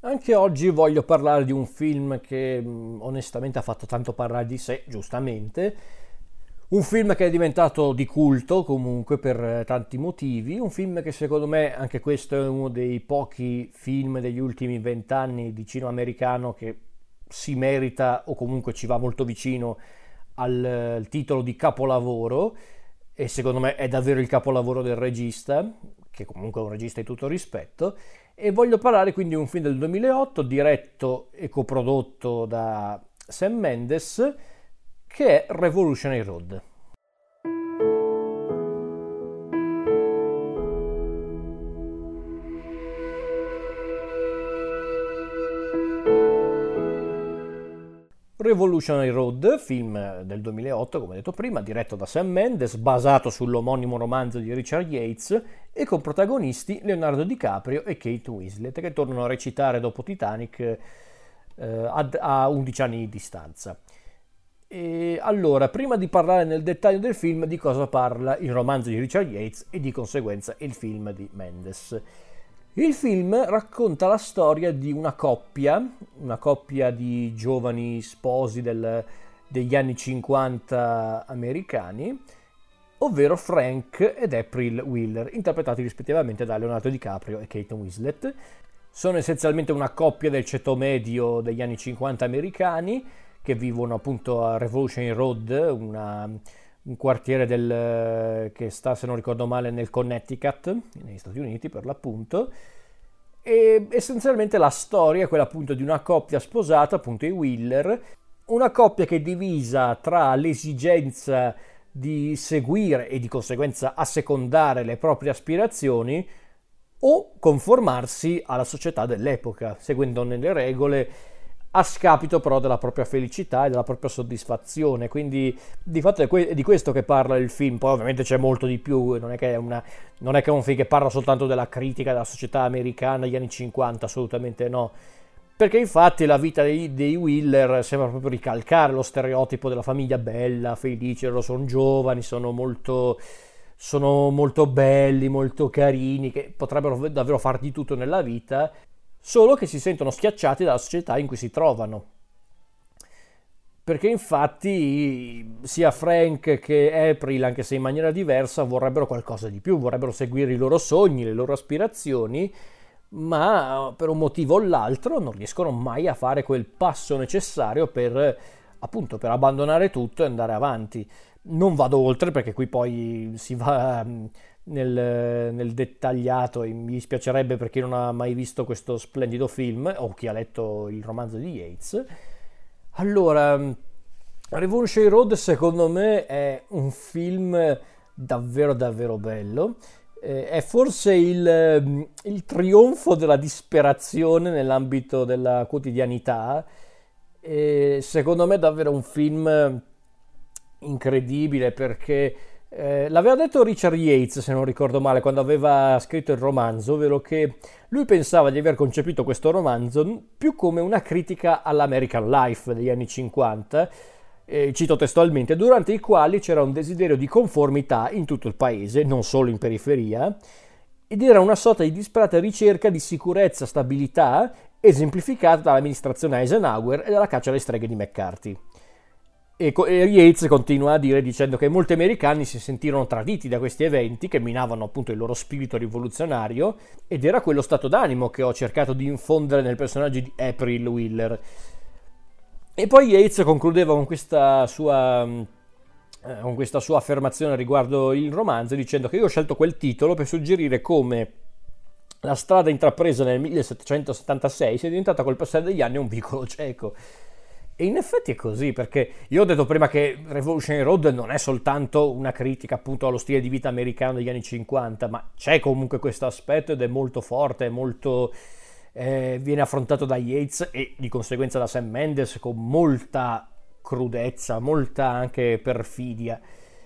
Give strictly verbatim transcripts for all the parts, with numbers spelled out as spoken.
Anche oggi voglio parlare di un film che mh, onestamente ha fatto tanto parlare di sé, giustamente. Un film che è diventato di culto comunque per eh, tanti motivi. Un film che secondo me, anche questo è uno dei pochi film degli ultimi vent'anni di cinema americano che si merita o comunque ci va molto vicino al, al titolo di capolavoro. E secondo me è davvero il capolavoro del regista, che comunque è un regista di tutto rispetto. E voglio parlare quindi di un film del duemilaotto diretto e coprodotto da Sam Mendes, che è Revolutionary Road. Revolutionary Road, film del duemilaotto, come detto prima, diretto da Sam Mendes, basato sull'omonimo romanzo di Richard Yates e con protagonisti Leonardo DiCaprio e Kate Winslet, che tornano a recitare dopo Titanic eh, ad, a undici anni di distanza. E allora, prima di parlare nel dettaglio del film, di cosa parla il romanzo di Richard Yates e di conseguenza il film di Mendes. Il film racconta la storia di una coppia, una coppia di giovani sposi del, degli anni cinquanta americani, ovvero Frank ed April Wheeler, interpretati rispettivamente da Leonardo DiCaprio e Kate Winslet. Sono essenzialmente una coppia del ceto medio degli anni cinquanta americani che vivono appunto a Revolutionary Road, una, un quartiere del, che sta, se non ricordo male, nel Connecticut, negli Stati Uniti per l'appunto. E essenzialmente la storia è quella appunto di una coppia sposata, appunto i Wheeler, una coppia che è divisa tra l'esigenza di seguire e di conseguenza assecondare le proprie aspirazioni o conformarsi alla società dell'epoca, seguendo nelle regole, a scapito però della propria felicità e della propria soddisfazione. Quindi di fatto è, que- è di questo che parla il film. Poi ovviamente c'è molto di più, non è che è, una, non è che è un film che parla soltanto della critica della società americana degli anni cinquanta, assolutamente no, perché infatti la vita dei, dei Wheeler sembra proprio ricalcare lo stereotipo della famiglia bella, felice. Loro sono giovani, sono molto, sono molto belli, molto carini, che potrebbero davvero far di tutto nella vita, solo che si sentono schiacciati dalla società in cui si trovano. Perché infatti sia Frank che April, anche se in maniera diversa, vorrebbero qualcosa di più, vorrebbero seguire i loro sogni, le loro aspirazioni, ma per un motivo o l'altro non riescono mai a fare quel passo necessario per, appunto, per abbandonare tutto e andare avanti. Non vado oltre perché qui poi si va nel, nel dettagliato e mi dispiacerebbe per chi non ha mai visto questo splendido film o chi ha letto il romanzo di Yates. Allora, Revolutionary Road secondo me è un film davvero davvero bello. Eh, è forse il, il trionfo della disperazione nell'ambito della quotidianità. E secondo me è davvero un film incredibile perché eh, l'aveva detto Richard Yates, se non ricordo male, quando aveva scritto il romanzo, ovvero che lui pensava di aver concepito questo romanzo più come una critica all'American Life degli anni cinquanta, eh, cito testualmente, durante i quali c'era un desiderio di conformità in tutto il paese, non solo in periferia, ed era una sorta di disperata ricerca di sicurezza, stabilità, esemplificata dall'amministrazione Eisenhower e dalla caccia alle streghe di McCarthy. E Yates continua a dire dicendo che molti americani si sentirono traditi da questi eventi che minavano appunto il loro spirito rivoluzionario, ed era quello stato d'animo che ho cercato di infondere nel personaggio di April Wheeler. E poi Yates concludeva con questa sua, eh, con questa sua affermazione riguardo il romanzo dicendo che io ho scelto quel titolo per suggerire come la strada intrapresa nel millesettecentosettantasei sia diventata col passare degli anni un vicolo cieco. E in effetti è così, perché io ho detto prima che Revolutionary Road non è soltanto una critica appunto allo stile di vita americano degli anni cinquanta, ma c'è comunque questo aspetto ed è molto forte, è molto, eh, viene affrontato da Yates e di conseguenza da Sam Mendes con molta crudezza, molta anche perfidia.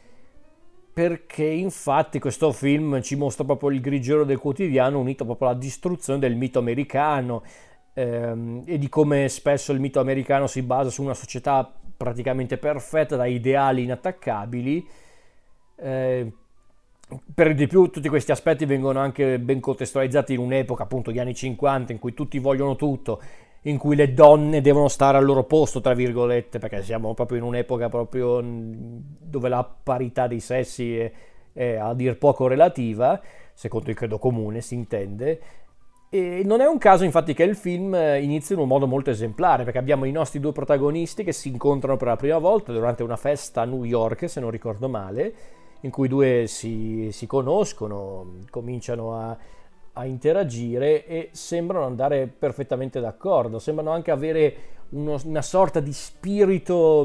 Perché infatti questo film ci mostra proprio il grigiore del quotidiano unito proprio alla distruzione del mito americano, ehm, e di come spesso il mito americano si basa su una società praticamente perfetta, da ideali inattaccabili, eh, Per di più tutti questi aspetti vengono anche ben contestualizzati in un'epoca, appunto gli anni cinquanta, in cui tutti vogliono tutto, in cui le donne devono stare al loro posto, tra virgolette, perché siamo proprio in un'epoca proprio dove la parità dei sessi è, è a dir poco relativa, secondo il credo comune si intende. E non è un caso infatti che il film inizi in un modo molto esemplare, perché abbiamo i nostri due protagonisti che si incontrano per la prima volta durante una festa a New York, se non ricordo male, in cui i due si, si conoscono, cominciano a, a interagire e sembrano andare perfettamente d'accordo, sembrano anche avere uno, una sorta di spirito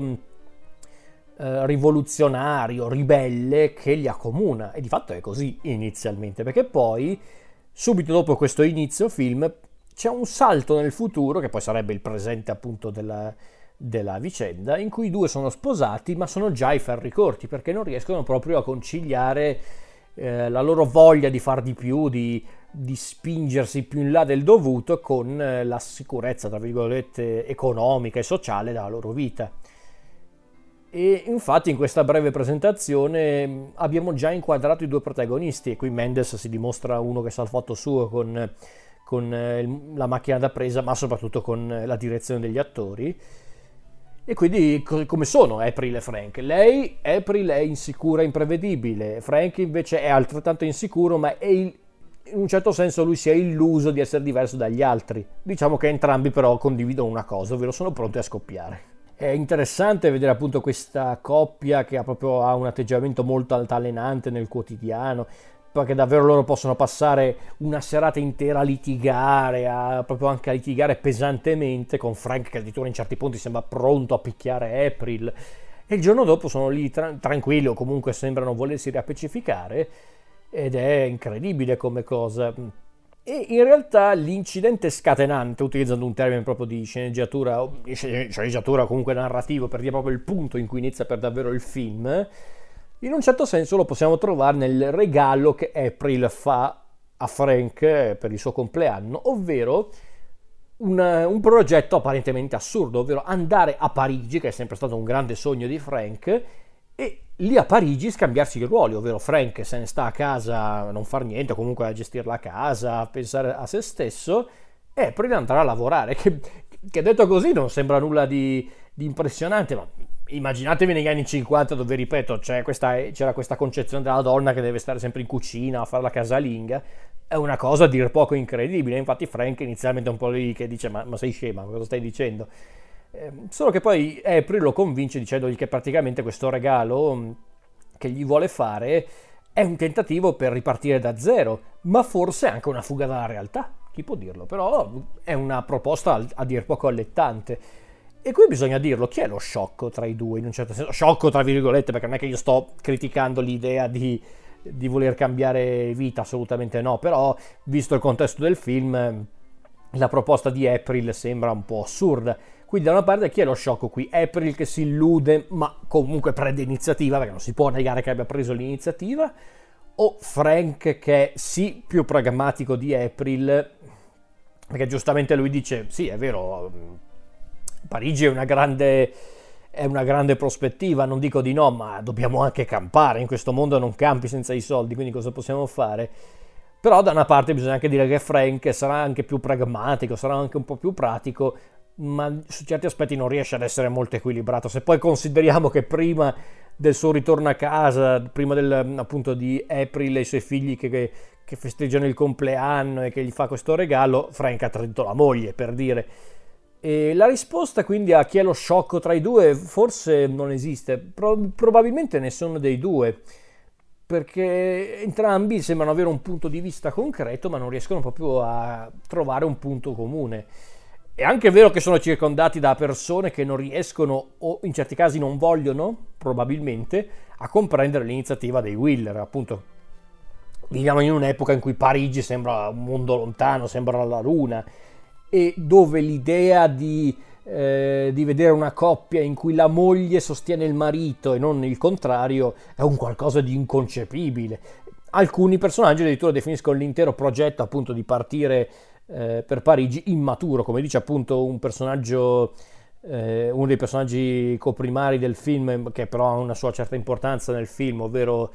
eh, rivoluzionario, ribelle che li accomuna, e di fatto è così inizialmente, perché poi subito dopo questo inizio film c'è un salto nel futuro, che poi sarebbe il presente appunto della, della vicenda, in cui i due sono sposati ma sono già ai ferri corti, perché non riescono proprio a conciliare eh, la loro voglia di far di più, di, di spingersi più in là del dovuto con eh, la sicurezza, tra virgolette, economica e sociale della loro vita. E infatti in questa breve presentazione abbiamo già inquadrato i due protagonisti, e qui Mendes si dimostra uno che sa il fatto suo con, con la macchina da presa, ma soprattutto con la direzione degli attori. E quindi come sono April e Frank? Lei, April, è insicura e imprevedibile, Frank invece è altrettanto insicuro, ma è il, in un certo senso lui si è illuso di essere diverso dagli altri. Diciamo che entrambi però condividono una cosa, ovvero sono pronti a scoppiare. È interessante vedere appunto questa coppia che ha proprio ha un atteggiamento molto altalenante nel quotidiano, perché davvero loro possono passare una serata intera a litigare, a, proprio anche a litigare pesantemente, con Frank che addirittura in certi punti sembra pronto a picchiare April, e il giorno dopo sono lì tra- tranquilli, o comunque sembrano volersi riappacificare, ed è incredibile come cosa. E in realtà l'incidente scatenante, utilizzando un termine proprio di sceneggiatura, o sceneggiatura o comunque narrativo, per dire proprio il punto in cui inizia per davvero il film, in un certo senso lo possiamo trovare nel regalo che April fa a Frank per il suo compleanno, ovvero un, un progetto apparentemente assurdo, ovvero andare a Parigi, che è sempre stato un grande sogno di Frank, e lì a Parigi scambiarsi i ruoli, ovvero Frank se ne sta a casa a non far niente, comunque a gestire la casa, a pensare a se stesso, e April andrà a lavorare, che, che detto così non sembra nulla di, di impressionante, ma immaginatevi negli anni cinquanta dove, ripeto, c'è questa, c'era questa concezione della donna che deve stare sempre in cucina a fare la casalinga. È una cosa a dir poco incredibile. Infatti Frank inizialmente è un po' lì che dice ma, ma sei scema, cosa stai dicendo? Eh, solo che poi April lo convince dicendogli che praticamente questo regalo che gli vuole fare è un tentativo per ripartire da zero, ma forse anche una fuga dalla realtà, chi può dirlo, però è una proposta a dir poco allettante. E qui bisogna dirlo, chi è lo sciocco tra i due, in un certo senso, sciocco tra virgolette, perché non è che io sto criticando l'idea di, di voler cambiare vita, assolutamente no, però visto il contesto del film, la proposta di April sembra un po' assurda. Quindi da una parte chi è lo sciocco qui? April che si illude, ma comunque prende iniziativa, perché non si può negare che abbia preso l'iniziativa, o Frank che è sì più pragmatico di April, perché giustamente lui dice, sì è vero, Parigi è una grande, è una grande prospettiva, non dico di no, ma dobbiamo anche campare, in questo mondo non campi senza i soldi, quindi cosa possiamo fare? Però da una parte bisogna anche dire che Frank sarà anche più pragmatico, sarà anche un po' più pratico, ma su certi aspetti non riesce ad essere molto equilibrato. Se poi consideriamo che prima del suo ritorno a casa, prima del, appunto di April e i suoi figli che, che, che festeggiano il compleanno e che gli fa questo regalo, Frank ha tradito la moglie, per dire. E la risposta quindi a chi è lo sciocco tra i due forse non esiste, Pro- probabilmente nessuno dei due, perché entrambi sembrano avere un punto di vista concreto ma non riescono proprio a trovare un punto comune. È anche vero che sono circondati da persone che non riescono, o in certi casi non vogliono, probabilmente, a comprendere l'iniziativa dei Wheeler. Appunto, viviamo in un'epoca in cui Parigi sembra un mondo lontano, sembra la luna, e dove l'idea di, eh, di vedere una coppia in cui la moglie sostiene il marito e non il contrario è un qualcosa di inconcepibile. Alcuni personaggi addirittura definiscono l'intero progetto appunto di partire eh, per Parigi immaturo, come dice appunto un personaggio, eh, uno dei personaggi coprimari del film, che però ha una sua certa importanza nel film, ovvero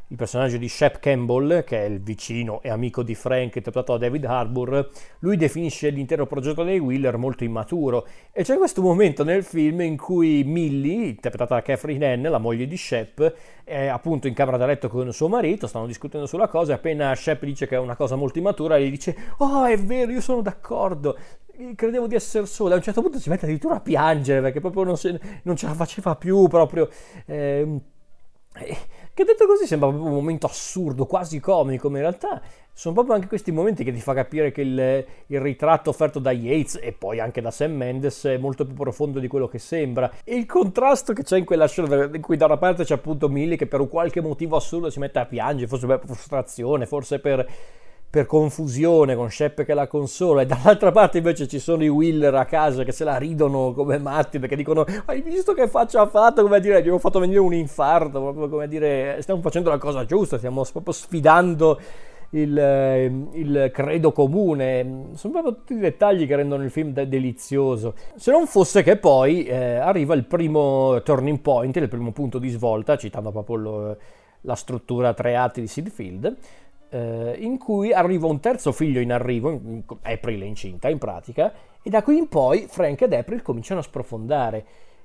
il personaggio di Shep Campbell, che è il vicino e amico di Frank, interpretato da David Harbour, lui definisce l'intero progetto dei Wheeler molto immaturo. E c'è questo momento nel film in cui Millie, interpretata da Catherine Hahn, la moglie di Shep, è appunto in camera da letto con suo marito, stanno discutendo sulla cosa, e appena Shep dice che è una cosa molto immatura, gli dice «Oh, è vero, io sono d'accordo, credevo di essere sola». A un certo punto si mette addirittura a piangere, perché proprio non, se, non ce la faceva più, proprio... Eh, che detto così sembra proprio un momento assurdo, quasi comico, ma in realtà sono proprio anche questi momenti che ti fa capire che il, il ritratto offerto da Yates e poi anche da Sam Mendes è molto più profondo di quello che sembra. E il contrasto che c'è in quella scena in cui da una parte c'è appunto Millie che per un qualche motivo assurdo si mette a piangere, forse per frustrazione, forse per... per confusione, con Shep che la consola, e dall'altra parte invece ci sono i Wheeler a casa che se la ridono come matti perché dicono hai visto che faccia ha fatto, come a dire abbiamo fatto venire un infarto, proprio come a dire stiamo facendo la cosa giusta, stiamo proprio sfidando il, il credo comune. Sono proprio tutti i dettagli che rendono il film de- delizioso, se non fosse che poi eh, arriva il primo turning point, il primo punto di svolta, citando proprio lo, la struttura a tre atti di Sid Field, in cui arriva un terzo figlio in arrivo, April è incinta in pratica, e da qui in poi Frank ed April cominciano a sprofondare.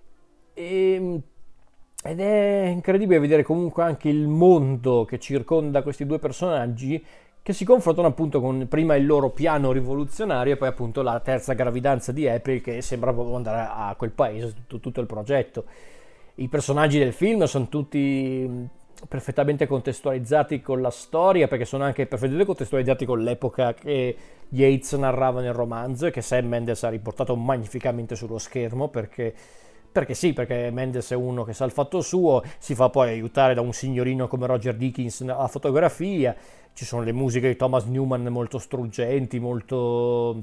E, ed è incredibile vedere comunque anche il mondo che circonda questi due personaggi che si confrontano appunto con prima il loro piano rivoluzionario e poi appunto la terza gravidanza di April che sembra proprio andare a quel paese, tutto, tutto il progetto. I personaggi del film sono tutti perfettamente contestualizzati con la storia, perché sono anche perfettamente contestualizzati con l'epoca che Yates narrava nel romanzo e che Sam Mendes ha riportato magnificamente sullo schermo, perché, perché sì, perché Mendes è uno che sa il fatto suo, si fa poi aiutare da un signorino come Roger Deakins alla fotografia, ci sono le musiche di Thomas Newman molto struggenti, molto...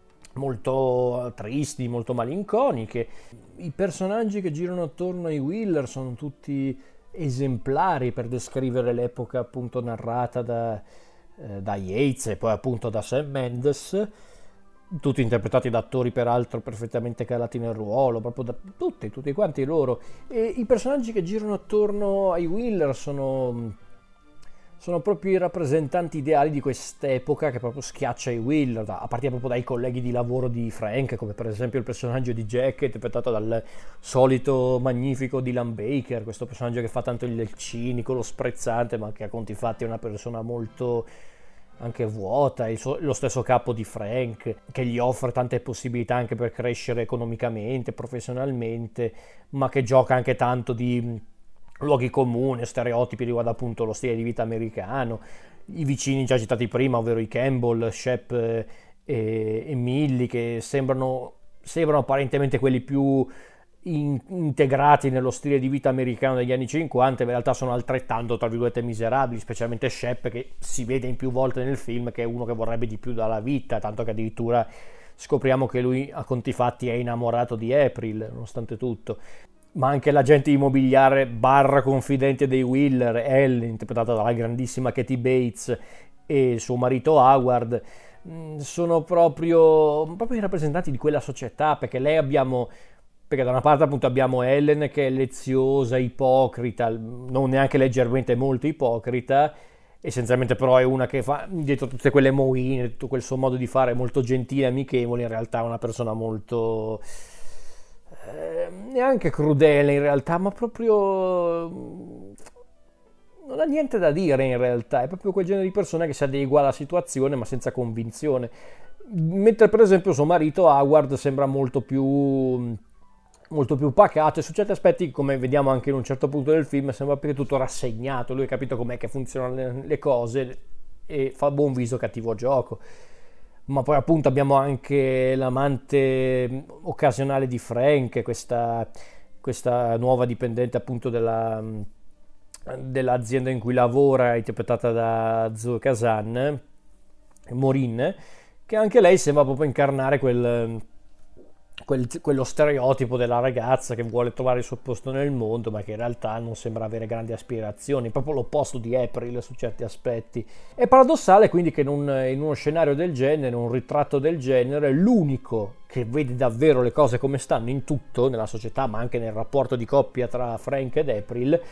molto tristi, molto malinconiche. I personaggi che girano attorno ai Wheeler sono tutti esemplari per descrivere l'epoca appunto narrata da, eh, da Yates e poi appunto da Sam Mendes, tutti interpretati da attori peraltro perfettamente calati nel ruolo, proprio da tutti, tutti quanti loro. E i personaggi che girano attorno ai Wheeler sono sono proprio i rappresentanti ideali di quest'epoca che proprio schiaccia i Wheeler, a partire proprio dai colleghi di lavoro di Frank, come per esempio il personaggio di Jack, interpretato dal solito magnifico Dylan Baker, questo personaggio che fa tanto il cinico, lo sprezzante, ma che a conti fatti è una persona molto anche vuota, il suo, lo stesso capo di Frank, che gli offre tante possibilità anche per crescere economicamente, professionalmente, ma che gioca anche tanto di luoghi comuni, stereotipi riguardo appunto lo stile di vita americano. I vicini già citati prima, ovvero i Campbell, Shep e, e Millie, che sembrano, sembrano apparentemente quelli più in, integrati nello stile di vita americano degli anni cinquanta, ma in realtà sono altrettanto, tra virgolette, miserabili, specialmente Shep, che si vede in più volte nel film che è uno che vorrebbe di più dalla vita, tanto che addirittura scopriamo che lui a conti fatti è innamorato di April, nonostante tutto. Ma anche l'agente immobiliare barra confidente dei Wheeler, Elle, interpretata dalla grandissima Kathy Bates, e suo marito Howard, sono proprio, proprio i rappresentanti di quella società, perché lei abbiamo, perché da una parte appunto abbiamo Ellen che è leziosa, ipocrita, non neanche leggermente molto ipocrita, essenzialmente però è una che fa dietro tutte quelle moine, tutto quel suo modo di fare molto gentile, amichevole, in realtà è una persona molto... Eh, neanche crudele in realtà, ma proprio non ha niente da dire in realtà, è proprio quel genere di persona che si adegua alla situazione ma senza convinzione, mentre per esempio suo marito Howard sembra molto più molto più pacato e su certi aspetti, come vediamo anche in un certo punto del film, sembra più che tutto rassegnato, lui ha capito com'è che funzionano le, le cose e fa buon viso cattivo gioco. Ma poi appunto abbiamo anche l'amante occasionale di Frank, questa, questa nuova dipendente appunto della, dell'azienda in cui lavora, interpretata da Zoe Kazan, Maureen, che anche lei sembra proprio incarnare quel, quel, quello stereotipo della ragazza che vuole trovare il suo posto nel mondo, ma che in realtà non sembra avere grandi aspirazioni, proprio l'opposto di April su certi aspetti. È paradossale quindi che in, un, in uno scenario del genere, un ritratto del genere, l'unico che vede davvero le cose come stanno in tutto, nella società ma anche nel rapporto di coppia tra Frank ed April,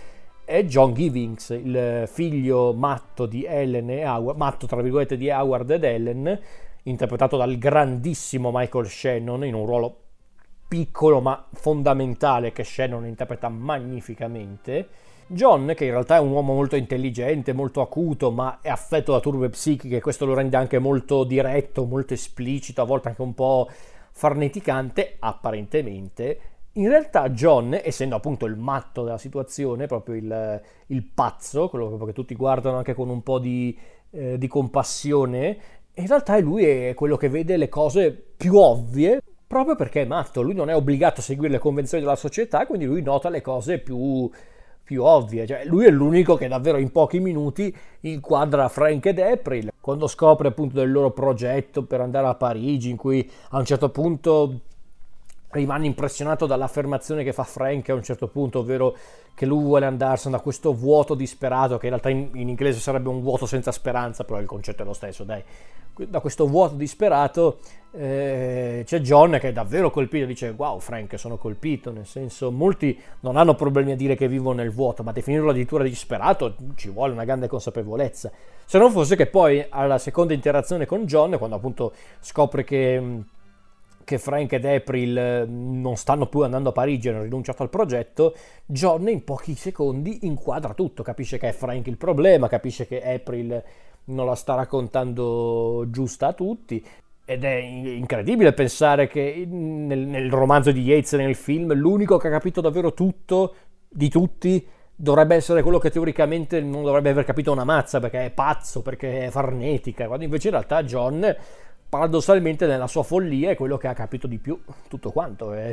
è John Givings, il figlio matto di Ellen e Howard, matto tra virgolette di Howard ed Ellen, interpretato dal grandissimo Michael Shannon in un ruolo piccolo ma fondamentale che Shannon interpreta magnificamente. John, che in realtà è un uomo molto intelligente, molto acuto, ma è affetto da turbe psichiche, questo lo rende anche molto diretto, molto esplicito, a volte anche un po' farneticante, apparentemente. In realtà John, essendo appunto il matto della situazione, proprio il, il pazzo, quello che tutti guardano anche con un po' di, eh, di compassione, in realtà lui è quello che vede le cose più ovvie, proprio perché è matto. Lui non è obbligato a seguire le convenzioni della società, quindi lui nota le cose più, più ovvie. Cioè, lui è l'unico che davvero in pochi minuti inquadra Frank ed April, quando scopre appunto del loro progetto per andare a Parigi, in cui a un certo punto rimane impressionato dall'affermazione che fa Frank a un certo punto, ovvero che lui vuole andarsene da questo vuoto disperato, che in realtà in, in inglese sarebbe un vuoto senza speranza, però il concetto è lo stesso, dai. Da questo vuoto disperato eh, c'è John che è davvero colpito, dice wow Frank, sono colpito, nel senso molti non hanno problemi a dire che vivono nel vuoto, ma definirlo addirittura disperato ci vuole una grande consapevolezza, se non fosse che poi alla seconda interazione con John, quando appunto scopre che che Frank ed April non stanno più andando a Parigi e hanno rinunciato al progetto, John in pochi secondi inquadra tutto, capisce che è Frank il problema, capisce che April non la sta raccontando giusta a tutti, ed è incredibile pensare che nel, nel romanzo di Yates e nel film l'unico che ha capito davvero tutto di tutti dovrebbe essere quello che teoricamente non dovrebbe aver capito una mazza, perché è pazzo, perché è farnetica, quando invece in realtà John paradossalmente nella sua follia è quello che ha capito di più tutto quanto. È,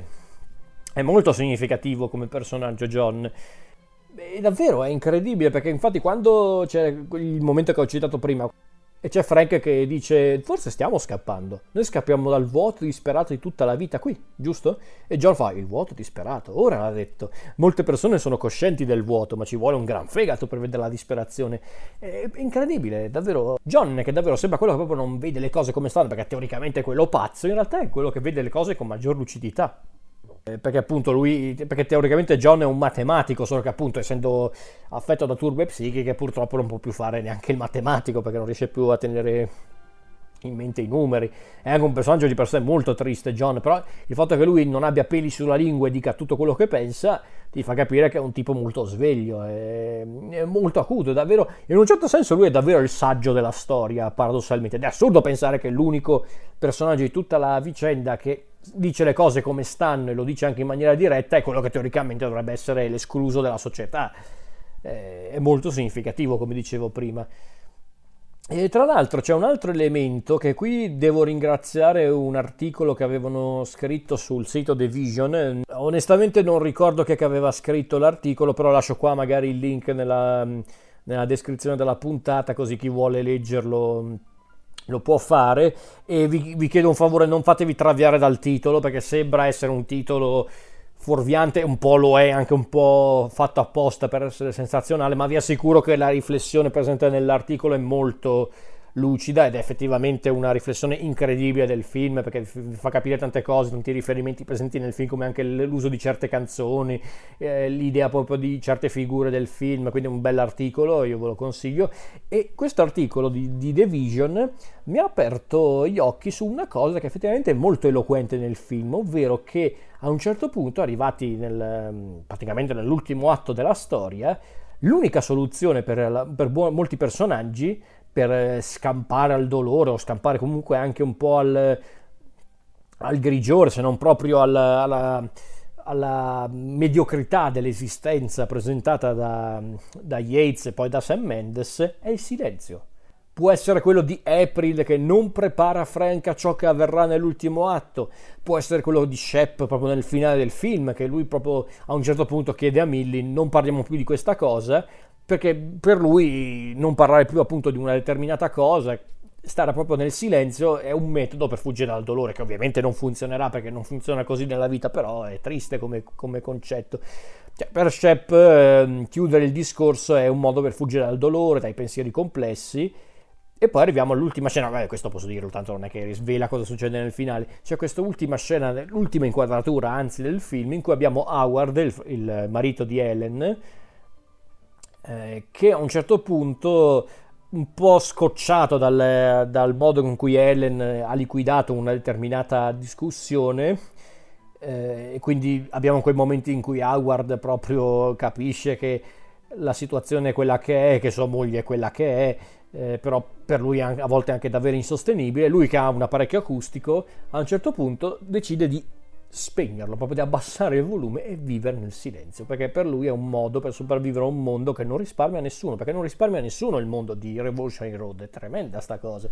è molto significativo come personaggio John, e davvero è incredibile, perché infatti quando c'è il momento che ho citato prima e c'è Frank che dice forse stiamo scappando, noi scappiamo dal vuoto disperato di tutta la vita qui, giusto? E John fa il vuoto disperato, ora l'ha detto, molte persone sono coscienti del vuoto ma ci vuole un gran fegato per vedere la disperazione. È incredibile, davvero. John, che davvero sembra quello che proprio non vede le cose come stanno, perché teoricamente è quello pazzo, in realtà è quello che vede le cose con maggior lucidità. Perché appunto lui, perché teoricamente John è un matematico, solo che appunto essendo affetto da turbe psichiche purtroppo non può più fare neanche il matematico, perché non riesce più a tenere in mente i numeri. È anche un personaggio di per sé molto triste John, però il fatto che lui non abbia peli sulla lingua e dica tutto quello che pensa ti fa capire che è un tipo molto sveglio, è, è molto acuto, è davvero, in un certo senso lui è davvero il saggio della storia paradossalmente, ed è assurdo pensare che l'unico personaggio di tutta la vicenda che dice le cose come stanno e lo dice anche in maniera diretta è quello che teoricamente dovrebbe essere l'escluso della società. È molto significativo, come dicevo prima. E tra l'altro c'è un altro elemento che qui devo ringraziare un articolo che avevano scritto sul sito The Vision. Onestamente non ricordo chi che aveva scritto l'articolo, però lascio qua magari il link nella, nella descrizione della puntata, così chi vuole leggerlo lo può fare. E vi, vi chiedo un favore, non fatevi traviare dal titolo, perché sembra essere un titolo fuorviante, un po' lo è, anche un po' fatto apposta per essere sensazionale, ma vi assicuro che la riflessione presente nell'articolo è molto lucida ed è effettivamente una riflessione incredibile del film, perché vi fa capire tante cose, tanti riferimenti presenti nel film, come anche l'uso di certe canzoni, eh, l'idea proprio di certe figure del film, quindi è un bell'articolo, io ve lo consiglio. E questo articolo di, di The Vision mi ha aperto gli occhi su una cosa che effettivamente è molto eloquente nel film, ovvero che a un certo punto, arrivati nel, praticamente nell'ultimo atto della storia, l'unica soluzione per, la, per buon, molti personaggi per scampare al dolore o scampare comunque anche un po' al, al grigiore, se non proprio al, alla, alla mediocrità dell'esistenza presentata da, da Yates e poi da Sam Mendes, è il silenzio. Può essere quello di April che non prepara Frank a ciò che avverrà nell'ultimo atto, può essere quello di Shep proprio nel finale del film, che lui proprio a un certo punto chiede a Millie non parliamo più di questa cosa, perché per lui non parlare più appunto di una determinata cosa, stare proprio nel silenzio è un metodo per fuggire dal dolore, che ovviamente non funzionerà perché non funziona così nella vita, però è triste come, come concetto. Cioè, per Shep eh, chiudere il discorso è un modo per fuggire dal dolore, dai pensieri complessi. E poi arriviamo all'ultima scena, beh, questo posso dirlo, tanto non è che risvela cosa succede nel finale. C'è questa ultima scena, l'ultima inquadratura anzi del film, in cui abbiamo Howard, il, il marito di Ellen, eh, che a un certo punto, un po' scocciato dal, dal modo con cui Ellen ha liquidato una determinata discussione, eh, e quindi abbiamo quei momenti in cui Howard proprio capisce che la situazione è quella che è, che sua moglie è quella che è, eh, però per lui è a volte anche davvero insostenibile. Lui, che ha un apparecchio acustico, a un certo punto decide di spegnerlo, proprio di abbassare il volume e vivere nel silenzio, perché per lui è un modo per sopravvivere a un mondo che non risparmia nessuno, perché non risparmia nessuno il mondo di Revolutionary Road. È tremenda sta cosa.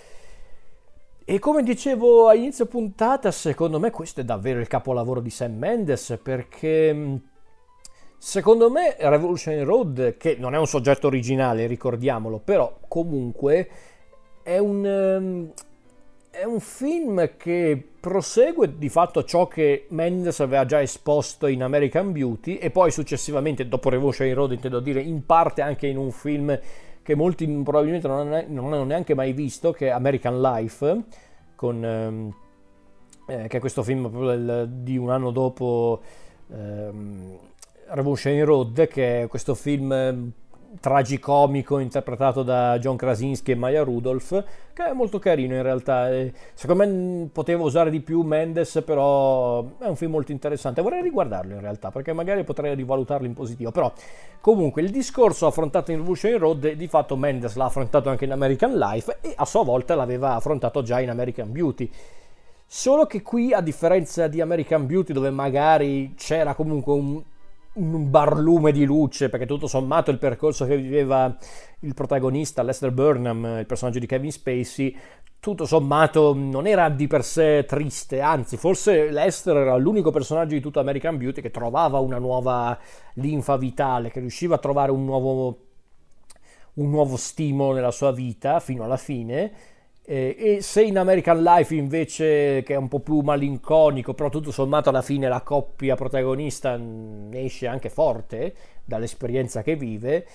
E come dicevo a inizio puntata, secondo me questo è davvero il capolavoro di Sam Mendes, perché secondo me Revolutionary Road, che non è un soggetto originale, ricordiamolo, però comunque è un, è un film che prosegue di fatto ciò che Mendes aveva già esposto in American Beauty, e poi successivamente, dopo Revolutionary Road intendo dire, in parte anche in un film che molti probabilmente non hanno, non hanno neanche mai visto, che è American Life, con, ehm, eh, che è questo film proprio del, di un anno dopo ehm, Revolutionary Road, che è questo film eh, tragicomico interpretato da John Krasinski e Maya Rudolph, che è molto carino in realtà. E secondo me poteva usare di più Mendes, però è un film molto interessante. Vorrei riguardarlo in realtà, perché magari potrei rivalutarlo in positivo. Però comunque il discorso affrontato in Revolutionary Road di fatto Mendes l'ha affrontato anche in American Life, e a sua volta l'aveva affrontato già in American Beauty. Solo che qui, a differenza di American Beauty, dove magari c'era comunque un un barlume di luce, perché tutto sommato il percorso che viveva il protagonista Lester Burnham, il personaggio di Kevin Spacey, tutto sommato non era di per sé triste, anzi forse Lester era l'unico personaggio di tutta American Beauty che trovava una nuova linfa vitale, che riusciva a trovare un nuovo, un nuovo stimolo nella sua vita fino alla fine. Eh, e se in American Life invece, che è un po' più malinconico, però tutto sommato alla fine la coppia protagonista ne esce anche forte dall'esperienza che vive,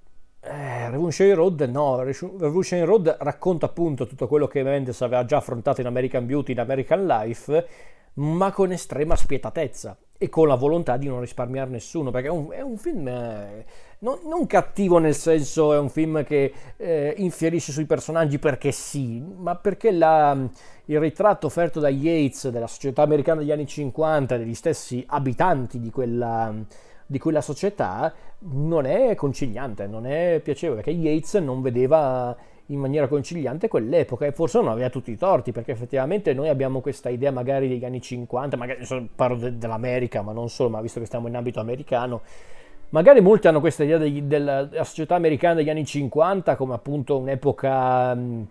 eh, Revolutionary Road no, Revolutionary Road racconta appunto tutto quello che Mendes aveva già affrontato in American Beauty, in American Life, ma con estrema spietatezza e con la volontà di non risparmiare nessuno, perché è un, è un film eh, non, non cattivo nel senso, è un film che eh, infierisce sui personaggi perché sì, ma perché la, il ritratto offerto da Yates della società americana degli anni cinquanta, degli stessi abitanti di quella, di quella società, non è conciliante, non è piacevole, perché Yates non vedeva in maniera conciliante quell'epoca, e forse non aveva tutti i torti, perché effettivamente noi abbiamo questa idea magari degli anni cinquanta, magari parlo de- dell'America, ma non solo, ma visto che stiamo in ambito americano, magari molti hanno questa idea degli, della, della società americana degli anni cinquanta come appunto un'epoca, mh,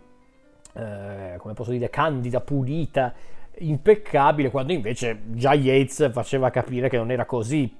eh, come posso dire, candida, pulita, impeccabile, quando invece già Yates faceva capire che non era così.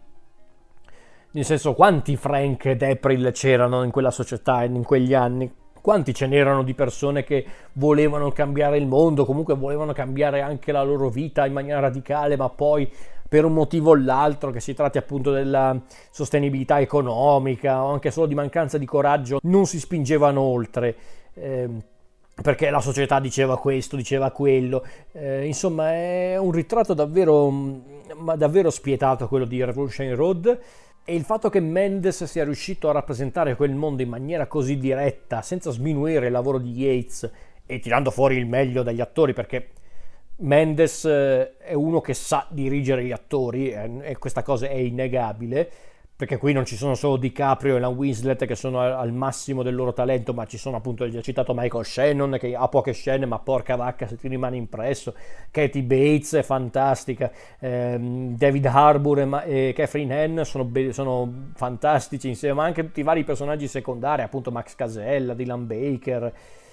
Nel senso, quanti Frank ed April c'erano in quella società in quegli anni? Quanti ce n'erano di persone che volevano cambiare il mondo, comunque volevano cambiare anche la loro vita in maniera radicale, ma poi per un motivo o l'altro, che si tratti appunto della sostenibilità economica o anche solo di mancanza di coraggio, non si spingevano oltre, eh, perché la società diceva questo, diceva quello. Eh, insomma, è un ritratto davvero, davvero spietato quello di Revolutionary Road. E il fatto che Mendes sia riuscito a rappresentare quel mondo in maniera così diretta, senza sminuire il lavoro di Yates e tirando fuori il meglio dagli attori, perché Mendes è uno che sa dirigere gli attori, e questa cosa è innegabile, perché qui non ci sono solo DiCaprio e la Winslet che sono al massimo del loro talento, ma ci sono appunto il già citato Michael Shannon, che ha poche scene ma porca vacca se ti rimane impresso, Kathy Bates è fantastica, ehm, David Harbour e, Ma- e Catherine Hahn sono, be- sono fantastici insieme, ma anche tutti i vari personaggi secondari, appunto Max Casella, Dylan Baker,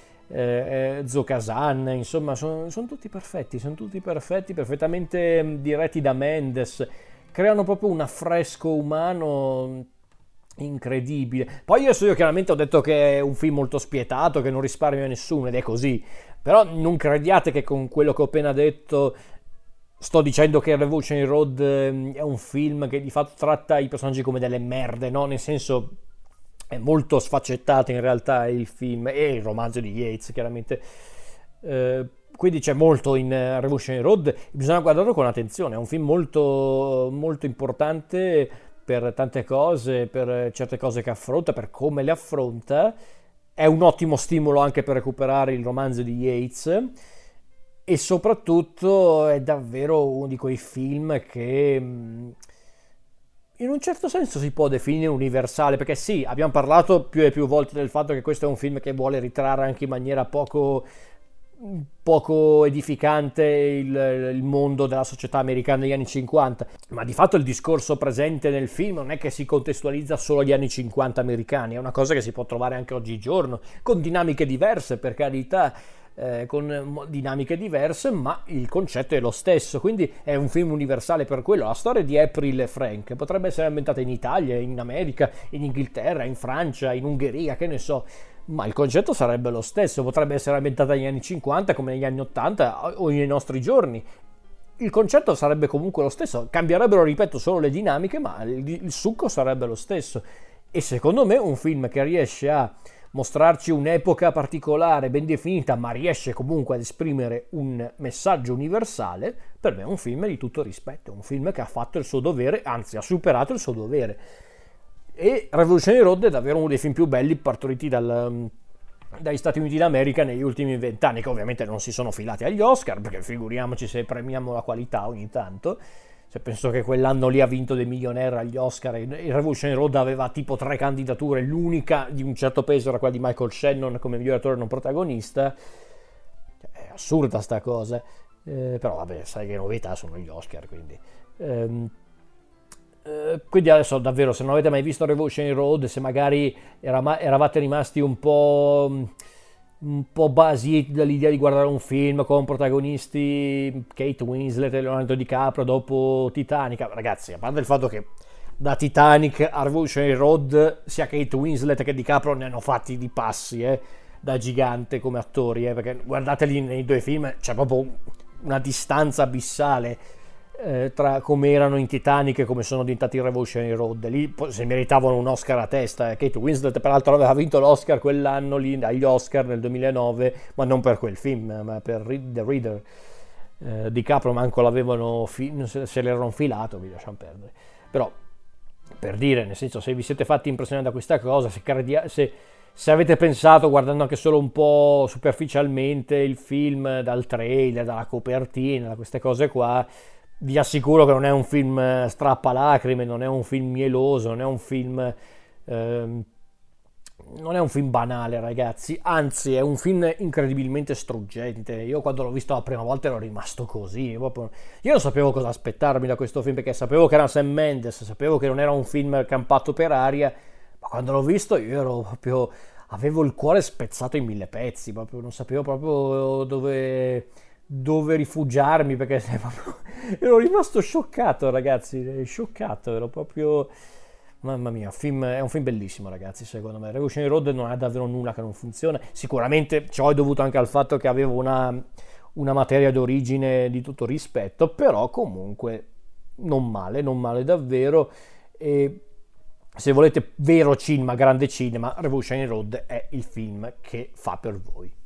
eh, eh, Zoe Kazan, insomma sono, sono tutti perfetti, sono tutti perfetti, perfettamente diretti da Mendes, creano proprio un affresco umano incredibile. Poi io, io chiaramente ho detto che è un film molto spietato, che non risparmia nessuno, ed è così, però non crediate che con quello che ho appena detto sto dicendo che Revolutionary Road è un film che di fatto tratta i personaggi come delle merde, no? Nel senso, è molto sfaccettato in realtà il film, e il romanzo di Yates chiaramente, eh, quindi c'è molto in Revolutionary Road, bisogna guardarlo con attenzione, è un film molto, molto importante, per tante cose, per certe cose che affronta, per come le affronta. È un ottimo stimolo anche per recuperare il romanzo di Yates e soprattutto è davvero uno di quei film che mh, in un certo senso si può definire universale, perché sì, abbiamo parlato più e più volte del fatto che questo è un film che vuole ritrarre anche in maniera poco, poco edificante il, il mondo della società americana degli anni cinquanta, ma di fatto il discorso presente nel film non è che si contestualizza solo agli anni cinquanta americani, è una cosa che si può trovare anche oggigiorno, con dinamiche diverse, per carità, eh, con dinamiche diverse, ma il concetto è lo stesso, quindi è un film universale per quello. La storia di April e Frank potrebbe essere ambientata in Italia, in America, in Inghilterra, in Francia, in Ungheria, che ne so, ma il concetto sarebbe lo stesso, potrebbe essere ambientata negli anni cinquanta come negli anni ottanta o nei nostri giorni. Il concetto sarebbe comunque lo stesso, cambierebbero, ripeto, solo le dinamiche, ma il, il succo sarebbe lo stesso. E secondo me un film che riesce a mostrarci un'epoca particolare, ben definita, ma riesce comunque ad esprimere un messaggio universale, per me è un film di tutto rispetto, un film che ha fatto il suo dovere, anzi ha superato il suo dovere. E Revolutionary Road è davvero uno dei film più belli partoriti dal, dagli Stati Uniti d'America negli ultimi vent'anni, che ovviamente non si sono filati agli Oscar, perché figuriamoci se premiamo la qualità ogni tanto. Se penso che quell'anno lì ha vinto The Millionaire agli Oscar e Revolutionary Road aveva tipo tre candidature, l'unica di un certo peso era quella di Michael Shannon come miglior attore non protagonista. È assurda sta cosa, eh, però vabbè, sai che novità sono gli Oscar, quindi... Ehm, eh, quindi adesso davvero, se non avete mai visto Revolutionary Road, se magari era, eravate rimasti un po'... un po' basiti dall'idea di guardare un film con protagonisti Kate Winslet e Leonardo DiCaprio dopo Titanic, ragazzi, a parte il fatto che da Titanic a Revolutionary Road sia Kate Winslet che DiCaprio ne hanno fatti di passi, eh, da gigante come attori, eh, perché guardateli nei due film, c'è proprio una distanza abissale eh, tra come erano in Titanic e come sono diventati in Revolutionary Road. Lì se meritavano un Oscar a testa, eh. Kate Winslet peraltro aveva vinto l'Oscar quell'anno lì agli Oscar nel duemilanove, ma non per quel film, ma per The Reader. eh, DiCaprio manco l'avevano fi- se, se l'erano filato, vi lasciamo perdere. Però per dire, nel senso, se vi siete fatti impressionare da questa cosa, se, cardia- se, se avete pensato, guardando anche solo un po' superficialmente il film, dal trailer, dalla copertina, da queste cose qua, vi assicuro che non è un film strappalacrime, non è un film mieloso, non è un film ehm, non è un film banale, ragazzi, anzi è un film incredibilmente struggente. Io quando l'ho visto la prima volta ero rimasto così, proprio... io non sapevo cosa aspettarmi da questo film, perché sapevo che era Sam Mendes, sapevo che non era un film campato per aria, ma quando l'ho visto io ero proprio, avevo il cuore spezzato in mille pezzi, proprio non sapevo proprio dove dove rifugiarmi, perché proprio... ero rimasto scioccato, ragazzi, scioccato, ero proprio... Mamma mia, film, è un film bellissimo, ragazzi, secondo me. Revolutionary Road non ha davvero nulla che non funziona. Sicuramente ciò è dovuto anche al fatto che avevo una, una materia d'origine di tutto rispetto, però comunque non male, non male davvero. E se volete vero cinema, grande cinema, Revolutionary Road è il film che fa per voi.